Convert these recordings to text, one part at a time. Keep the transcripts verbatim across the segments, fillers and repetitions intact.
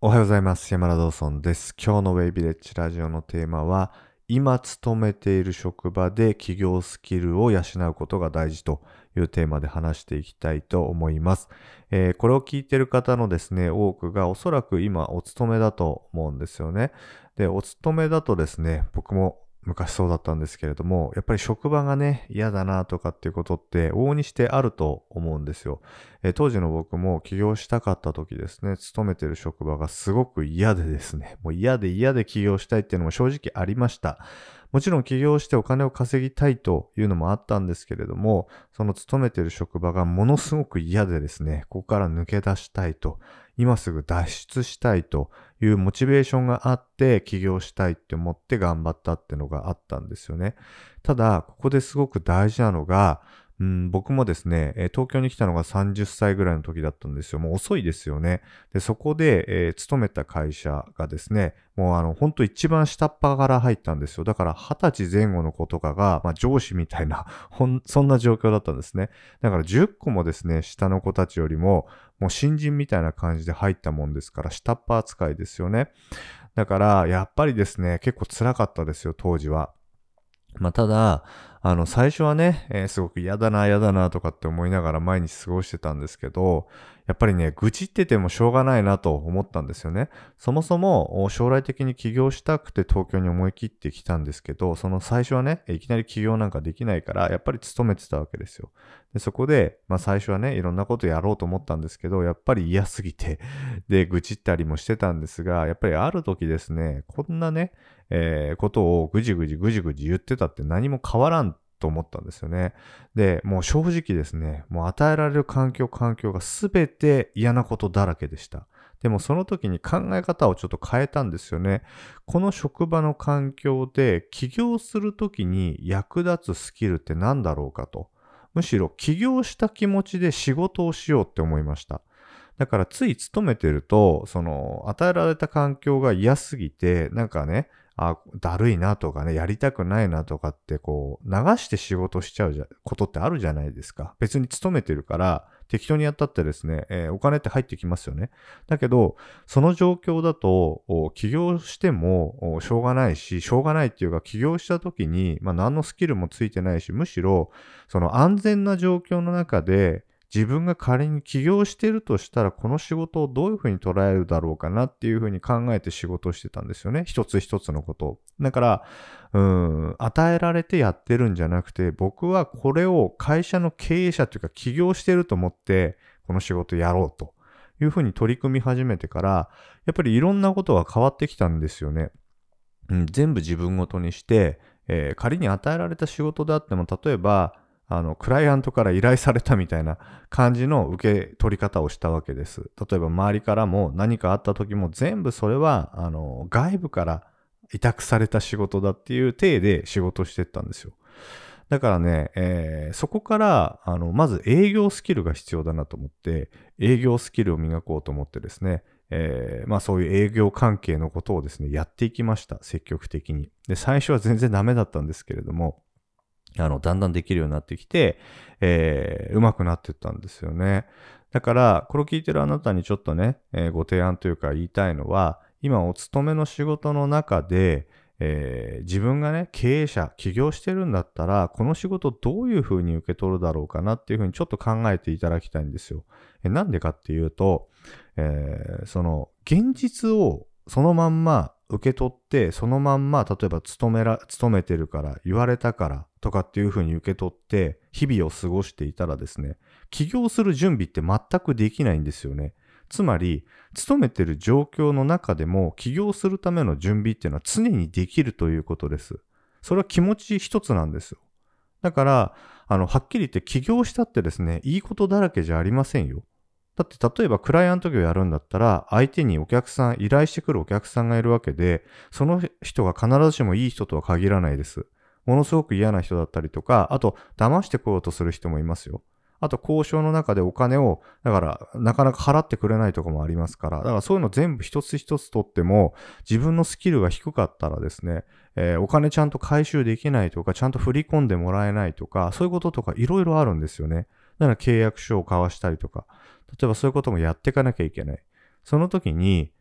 おはようございます。山田ドーソンです。今日のウェイビレッジラジオのテーマは、今勤めている職場で企業スキルを養うことが大事というテーマで話していきたいと思います。えーこれを聞いている方のですね、多くがおそらく今お勤めだと思うんですよね。で、お勤めだとですね、僕も昔そうだったんですけれども、やっぱり職場がね、嫌だなとかっていうことって往々にしてあると思うんですよ。えー当時の僕も起業したかった時ですね、勤めてる職場がすごく嫌でですね、もう嫌で嫌で起業したいっていうのも正直ありました。もちろん起業してお金を稼ぎたいというのもあったんですけれども、その勤めてる職場がものすごく嫌でですね、ここから抜け出したいと、今すぐ脱出したいというモチベーションがあって起業したいって思って頑張ったっていうのがあったんですよね。ただ、ここですごく大事なのが、うん、僕もですね、えー東京に来たのがさんじゅっさいぐらいの時だったんですよ。もう遅いですよね。で、そこで、えー勤めた会社がですね、もうあの、ほんと一番下っ端から入ったんですよ。だからはたちぜん後の子とかが、まあ上司みたいな、ほん、そんな状況だったんですね。だからじゅっこもですね、下の子たちよりも、もう新人みたいな感じで入ったもんですから、下っ端扱いですよね。だから、やっぱりですね、結構辛かったですよ、当時は。まあ、ただ、あの、最初はね、えーすごく嫌だな、嫌だなとかって思いながら毎日過ごしてたんですけど、やっぱりね、愚痴っててもしょうがないなと思ったんですよね。そもそもお将来的に起業したくて東京に思い切ってきたんですけど、その最初はね、いきなり起業なんかできないから、やっぱり勤めてたわけですよ。で、そこで、まあ最初はね、いろんなことやろうと思ったんですけど、やっぱり嫌すぎて、で、愚痴ったりもしてたんですが、やっぱりある時ですね、こんなね、えーことをぐじぐじぐじぐじ言ってたって何も変わらんと思ったんですよね。で、もう正直ですね、もう与えられる環境、環境が全て嫌なことだらけでした。でもその時に考え方をちょっと変えたんですよね。この職場の環境で起業する時に役立つスキルって何だろうかと。むしろ起業した気持ちで仕事をしようって思いました。だからつい勤めてると、その、与えられた環境が嫌すぎて、なんかね、あ、だるいなとかね、やりたくないなとかって、こう、流して仕事しちゃうじゃことってあるじゃないですか。別に勤めてるから、適当にやったってですね、えーお金って入ってきますよね。だけど、その状況だと、お起業してもおしょうがないし、しょうがないっていうか、起業した時に、まあ何のスキルもついてないし、むしろ、その安全な状況の中で、自分が仮に起業してるとしたら、この仕事をどういうふうに捉えるだろうかなっていうふうに考えて仕事をしてたんですよね。一つ一つのことを。だから、うーん、与えられてやってるんじゃなくて、僕はこれを会社の経営者というか起業してると思って、この仕事やろうというふうに取り組み始めてから、やっぱりいろんなことが変わってきたんですよね。うん、全部自分ごとにして、えー仮に与えられた仕事であっても、例えば、あの、クライアントから依頼されたみたいな感じの受け取り方をしたわけです。例えば、周りからも何かあった時も全部それは、あの、外部から委託された仕事だっていう体で仕事してったんですよ。だからね、えーそこから、あの、まず営業スキルが必要だなと思って、営業スキルを磨こうと思ってですね、えーまあそういう営業関係のことをですね、やっていきました。積極的に。で、最初は全然ダメだったんですけれども、あの、だんだんできるようになってきて、えー、上手くなっていったんですよね。だから、これを聞いてるあなたにちょっとね、えーご提案というか言いたいのは、今お勤めの仕事の中で、えー自分がね、経営者、起業してるんだったら、この仕事どういうふうに受け取るだろうかなっていうふうにちょっと考えていただきたいんですよ。えなんでかっていうと、えーその、現実をそのまんま受け取って、そのまんま、例えば勤めら、勤めてるから、言われたからとかっていう風に受け取って、日々を過ごしていたらですね、起業する準備って全くできないんですよね。つまり、勤めてる状況の中でも、起業するための準備っていうのは常にできるということです。それは気持ち一つなんですよ。だから、あの、はっきり言って起業したってですね、いいことだらけじゃありませんよ。だって例えばクライアント業やるんだったら、相手にお客さん、依頼してくるお客さんがいるわけで、その人が必ずしもいい人とは限らないです。ものすごく嫌な人だったりとか、あと騙してこようとする人もいますよ。あと交渉の中でお金を、だからなかなか払ってくれないとかもありますから、だからそういうの全部一つ一つ取っても、自分のスキルが低かったらですね、えーお金ちゃんと回収できないとか、ちゃんと振り込んでもらえないとか、そういうこととかいろいろあるんですよね。だから契約書を交わしたりとか。例えばそういうこともやっていかなきゃいけない。その時に、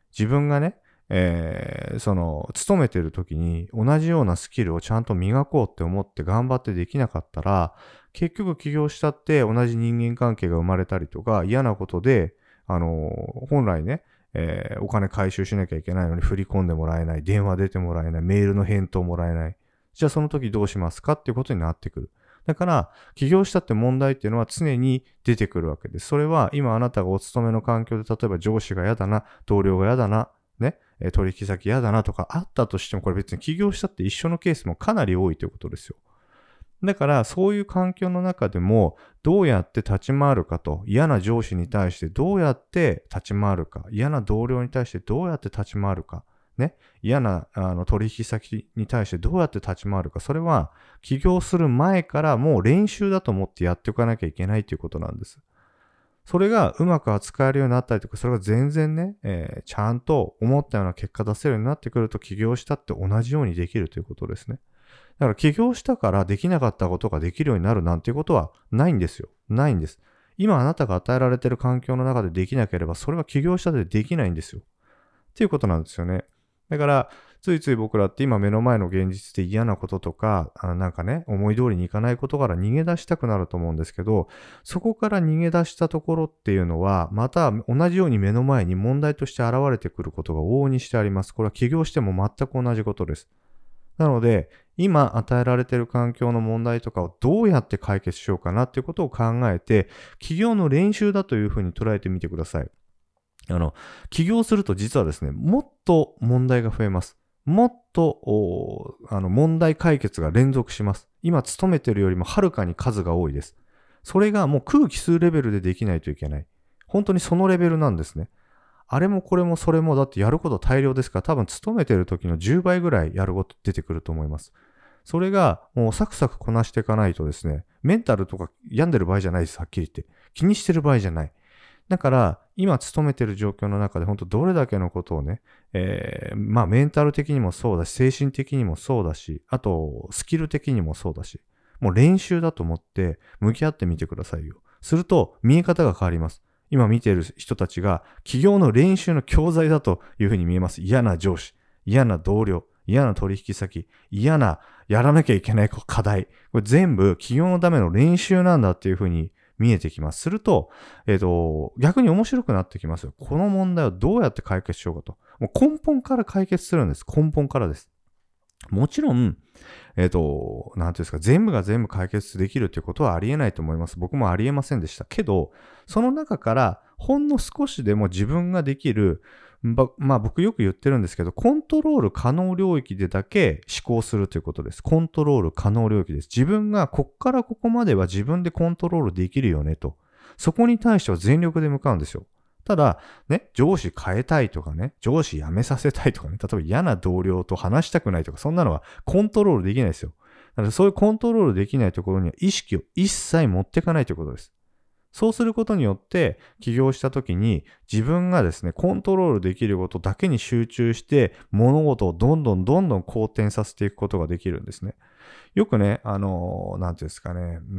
自分がね、えー、その、勤めてる時に同じようなスキルをちゃんと磨こうって思って頑張ってできなかったら、結局起業したって同じ人間関係が生まれたりとか、嫌なことで、あのー、本来ね、えー、お金回収しなきゃいけないのに振り込んでもらえない、電話出てもらえない、メールの返答もらえない。じゃあその時どうしますかっていうことになってくる。だから、起業したって問題っていうのは常に出てくるわけです。それは今あなたがお勤めの環境で、例えば上司が嫌だな、同僚が嫌だな、ね、取引先嫌だなとかあったとしても、これ別に起業したって一緒のケースもかなり多いということですよ。だからそういう環境の中でもどうやって立ち回るかと、嫌な上司に対してどうやって立ち回るか、嫌な同僚に対してどうやって立ち回るか、ね、嫌なあの取引先に対してどうやって立ち回るか、それは起業する前からもう練習だと思ってやっておかなきゃいけないということなんです。それがうまく扱えるようになったりとか、それが全然ね、えー、ちゃんと思ったような結果出せるようになってくると、起業したって同じようにできるということですね。だから起業したからできなかったことができるようになるなんていうことはないんですよ。ないんです。今あなたが与えられている環境の中でできなければ、それは起業したでできないんですよ。っていうことなんですよね。だから、ついつい僕らって今目の前の現実で嫌なこととか、あなんかね、思い通りにいかないことから逃げ出したくなると思うんですけど、そこから逃げ出したところっていうのは、また同じように目の前に問題として現れてくることが往々にしてあります。これは起業しても全く同じことです。なので、今与えられている環境の問題とかをどうやって解決しようかなっていうことを考えて、起業の練習だというふうに捉えてみてください。あの、起業すると実はですね、もっと問題が増えます。もっと、あの、問題解決が連続します。今勤めてるよりもはるかに数が多いです。それがもう空気吸うレベルでできないといけない。本当にそのレベルなんですね。あれもこれもそれもだってやること大量ですから、多分勤めてる時のじゅうばいぐらいやること出てくると思います。それがもうサクサクこなしていかないとですね、メンタルとか病んでる場合じゃないです、はっきり言って。気にしてる場合じゃない。だから、今勤めてる状況の中で本当どれだけのことをね、えー、まあメンタル的にもそうだし、精神的にもそうだし、あとスキル的にもそうだし、もう練習だと思って向き合ってみてくださいよ。すると見え方が変わります。今見ている人たちが起業の練習の教材だというふうに見えます。嫌な上司、嫌な同僚、嫌な取引先、嫌なやらなきゃいけない課題。これ全部起業のための練習なんだっていうふうに見えてきます。すると、えっと、逆に面白くなってきますよ。この問題をどうやって解決しようかと。もう根本から解決するんです。根本からです。もちろん、えっと、なんていうんですか、全部が全部解決できるということはありえないと思います。僕もありえませんでした。けど、その中からほんの少しでも自分ができる、ばまあ僕よく言ってるんですけど、コントロール可能領域でだけ思考するということです。コントロール可能領域です。自分がこっからここまでは自分でコントロールできるよねと。そこに対しては全力で向かうんですよ。ただ、ね、上司変えたいとかね、上司辞めさせたいとかね、例えば嫌な同僚と話したくないとか、そんなのはコントロールできないですよ。だからそういうコントロールできないところには意識を一切持っていかないということです。そうすることによって、起業したときに自分がですね、コントロールできることだけに集中して、物事をどんどんどんどん好転させていくことができるんですね。よくね、あの、なんていうんですかね、うん、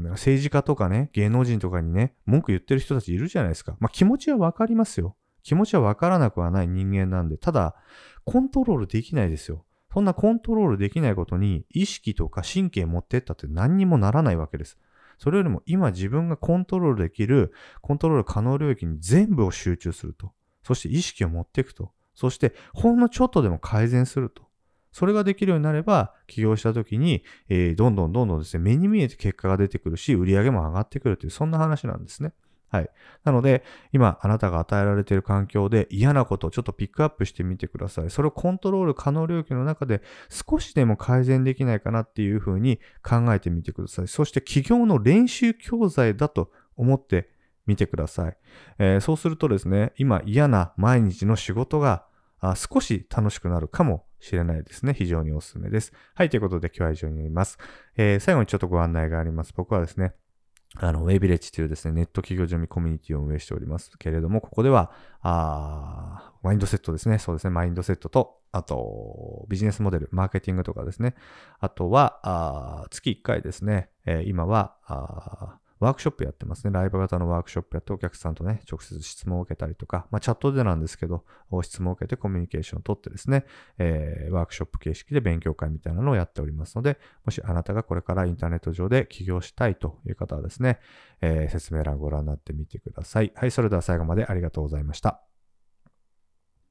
政治家とかね、芸能人とかにね、文句言ってる人たちいるじゃないですか。まあ気持ちはわかりますよ。気持ちはわからなくはない人間なんで、ただ、コントロールできないですよ。そんなコントロールできないことに意識とか神経持ってったって何にもならないわけです。それよりも今自分がコントロールできる、コントロール可能領域に全部を集中すると。そして意識を持っていくと。そしてほんのちょっとでも改善すると。それができるようになれば、起業した時に、えー、どんどんどんどんですね、目に見えて結果が出てくるし、売り上げも上がってくるという、そんな話なんですね。はい。なので、今、あなたが与えられている環境で嫌なことをちょっとピックアップしてみてください。それをコントロール可能領域の中で少しでも改善できないかなっていうふうに考えてみてください。そして、起業の練習教材だと思ってみてください。えー、そうするとですね、今嫌な毎日の仕事があ少し楽しくなるかもしれないですね。非常におすすめです。はい、ということで今日は以上になります。えー、最後にちょっとご案内があります。僕はですね、あの、ウェイビレッジというですね、ネット企業準備コミュニティを運営しておりますけれども、ここでは、あマインドセットですね。そうですね、マインドセットと、あと、ビジネスモデル、マーケティングとかですね。あとは、あ月いっかいですね、えー、今は、あワークショップやってますね。ライブ型のワークショップやってお客さんとね、直接質問を受けたりとか、まあ、チャットでなんですけど、質問を受けてコミュニケーションを取ってですね、えー、ワークショップ形式で勉強会みたいなのをやっておりますので、もしあなたがこれからインターネット上で起業したいという方はですね、えー、説明欄をご覧になってみてください。はい、それでは最後までありがとうございました。